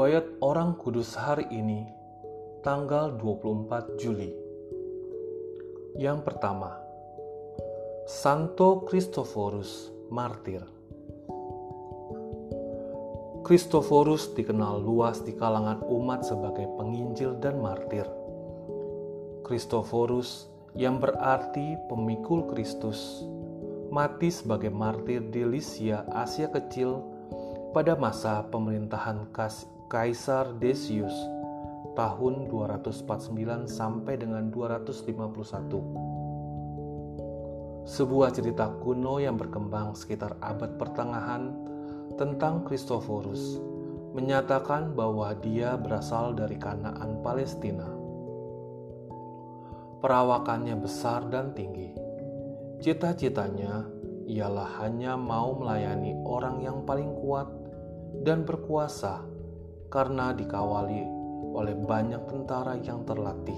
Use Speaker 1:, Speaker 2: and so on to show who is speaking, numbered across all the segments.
Speaker 1: Riwayat Orang Kudus hari ini, tanggal 24 Juli. Yang pertama, Santo Kristoforus, martir. Kristoforus dikenal luas di kalangan umat sebagai penginjil dan martir. Kristoforus, yang berarti pemikul Kristus, mati sebagai martir di Lycia, Asia Kecil pada masa pemerintahan Kaisar Decius tahun 249 sampai dengan 251. Sebuah cerita kuno yang berkembang sekitar abad pertengahan tentang Kristoforus menyatakan bahwa dia berasal dari Kanaan, Palestina. Perawakannya besar dan tinggi. Cita-citanya ialah hanya mau melayani orang yang paling kuat dan berkuasa karena dikawali oleh banyak tentara yang terlatih.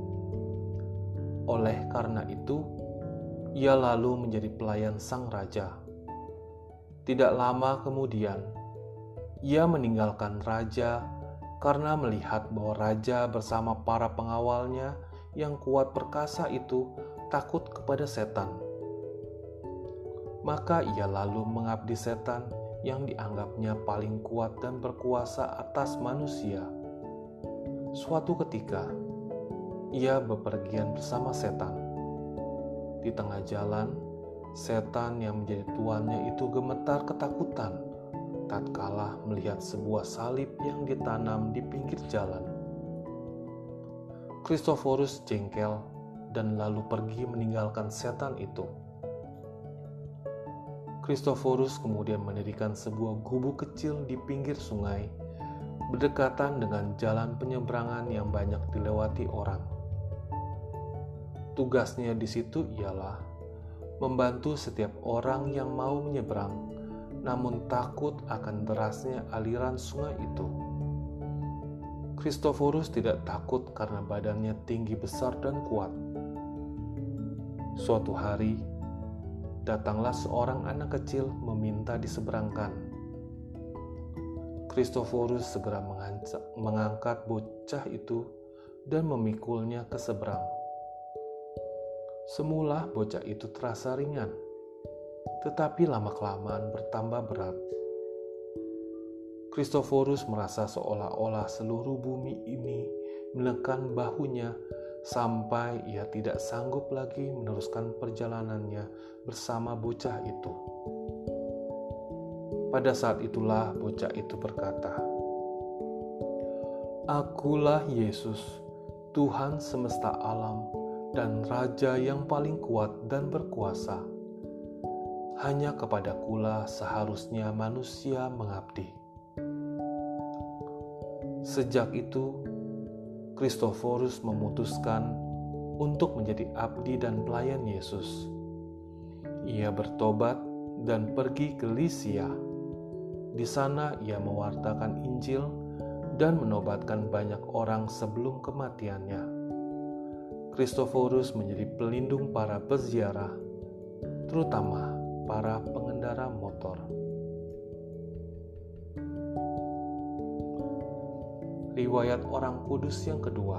Speaker 1: Oleh karena itu, ia lalu menjadi pelayan sang raja. Tidak lama kemudian, ia meninggalkan raja karena melihat bahwa raja bersama para pengawalnya yang kuat perkasa itu takut kepada setan. Maka ia lalu mengabdi setan yang dianggapnya paling kuat dan berkuasa atas manusia. Suatu ketika, ia bepergian bersama setan. Di tengah jalan, setan yang menjadi tuannya itu gemetar ketakutan tatkala melihat sebuah salib yang ditanam di pinggir jalan. Kristoforus jengkel dan lalu pergi meninggalkan setan itu. Kristoforus kemudian mendirikan sebuah gubuk kecil di pinggir sungai, berdekatan dengan jalan penyeberangan yang banyak dilewati orang. Tugasnya di situ ialah membantu setiap orang yang mau menyeberang, namun takut akan derasnya aliran sungai itu. Kristoforus tidak takut karena badannya tinggi besar dan kuat. Suatu hari, datanglah seorang anak kecil meminta diseberangkan. Kristoforus segera mengangkat bocah itu dan memikulnya ke seberang. Semula bocah itu terasa ringan, tetapi lama-kelamaan bertambah berat. Kristoforus merasa seolah-olah seluruh bumi ini menekan bahunya sampai ia tidak sanggup lagi meneruskan perjalanannya bersama bocah itu. Pada saat itulah bocah itu berkata, "Akulah Yesus, Tuhan semesta alam dan Raja yang paling kuat dan berkuasa. Hanya kepadakulah seharusnya manusia mengabdi." Sejak itu, Kristoforus memutuskan untuk menjadi abdi dan pelayan Yesus. Ia bertobat dan pergi ke Lycia. Di sana ia mewartakan Injil dan menobatkan banyak orang sebelum kematiannya. Kristoforus menjadi pelindung para peziarah, terutama para pengendara motor. Riwayat Orang Kudus yang kedua,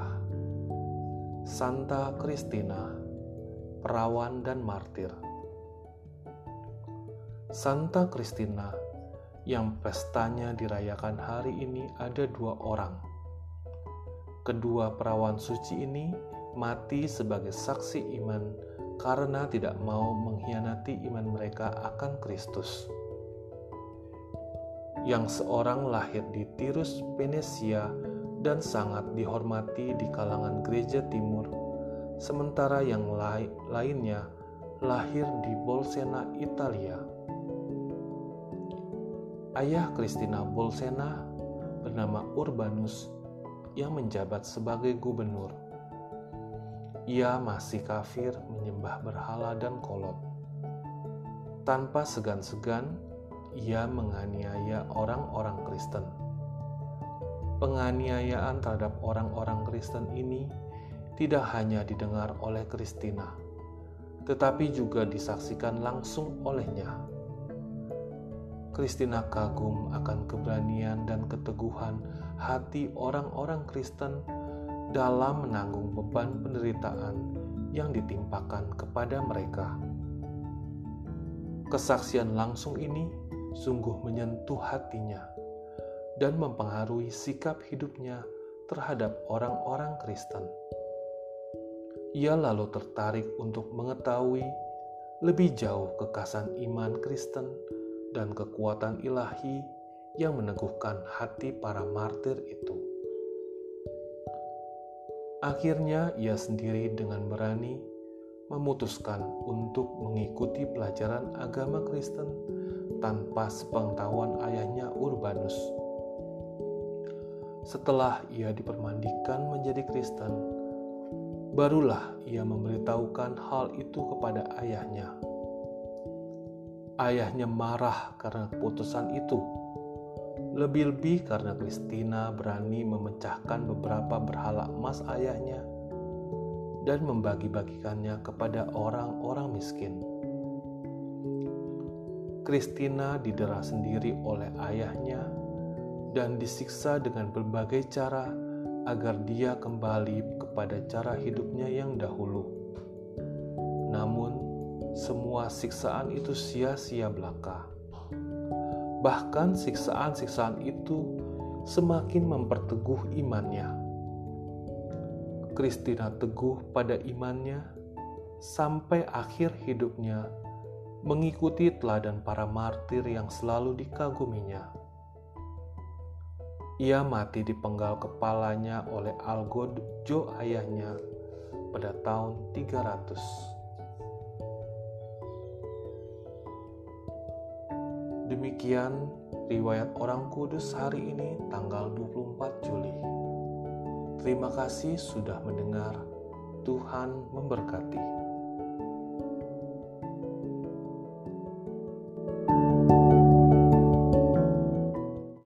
Speaker 1: Santa Kristina, perawan dan martir. Santa Kristina yang pestanya dirayakan hari ini ada dua orang. Kedua perawan suci ini mati sebagai saksi iman karena tidak mau mengkhianati iman mereka akan Kristus. Yang seorang lahir di Tirus, Venesia dan sangat dihormati di kalangan gereja timur, sementara yang lainnya lahir di Bolsena, Italia. Ayah Kristina Bolsena bernama Urbanus yang menjabat sebagai gubernur. Ia masih kafir, menyembah berhala dan kolot. Tanpa segan-segan, ia menganiaya orang-orang Kristen. Penganiayaan terhadap orang-orang Kristen ini tidak hanya didengar oleh Kristina, tetapi juga disaksikan langsung olehnya. Christina kagum akan keberanian dan keteguhan hati orang-orang Kristen dalam menanggung beban penderitaan yang ditimpakan kepada mereka. Kesaksian langsung ini sungguh menyentuh hatinya dan mempengaruhi sikap hidupnya terhadap orang-orang Kristen. Ia lalu tertarik untuk mengetahui lebih jauh kekasan iman Kristen dan kekuatan ilahi yang meneguhkan hati para martir itu. Akhirnya ia sendiri dengan berani memutuskan untuk mengikuti pelajaran agama Kristen tanpa sepengetahuan ayahnya Urbanus. Setelah ia dipermandikan menjadi Kristen, barulah ia memberitahukan hal itu kepada ayahnya. Ayahnya marah karena keputusan itu, lebih-lebih karena Christina berani memecahkan beberapa berhala emas ayahnya dan membagi-bagikannya kepada orang-orang miskin. Christina didera sendiri oleh ayahnya dan disiksa dengan berbagai cara agar dia kembali kepada cara hidupnya yang dahulu. Namun, semua siksaan itu sia-sia belaka. Bahkan siksaan-siksaan itu semakin memperteguh imannya. Christina teguh pada imannya sampai akhir hidupnya, mengikuti teladan para martir yang selalu dikaguminya. Ia mati dipenggal kepalanya oleh Algojo ayahnya pada tahun 300. Demikian riwayat Orang Kudus hari ini tanggal 24 Juli. Terima kasih sudah mendengar. Tuhan memberkati.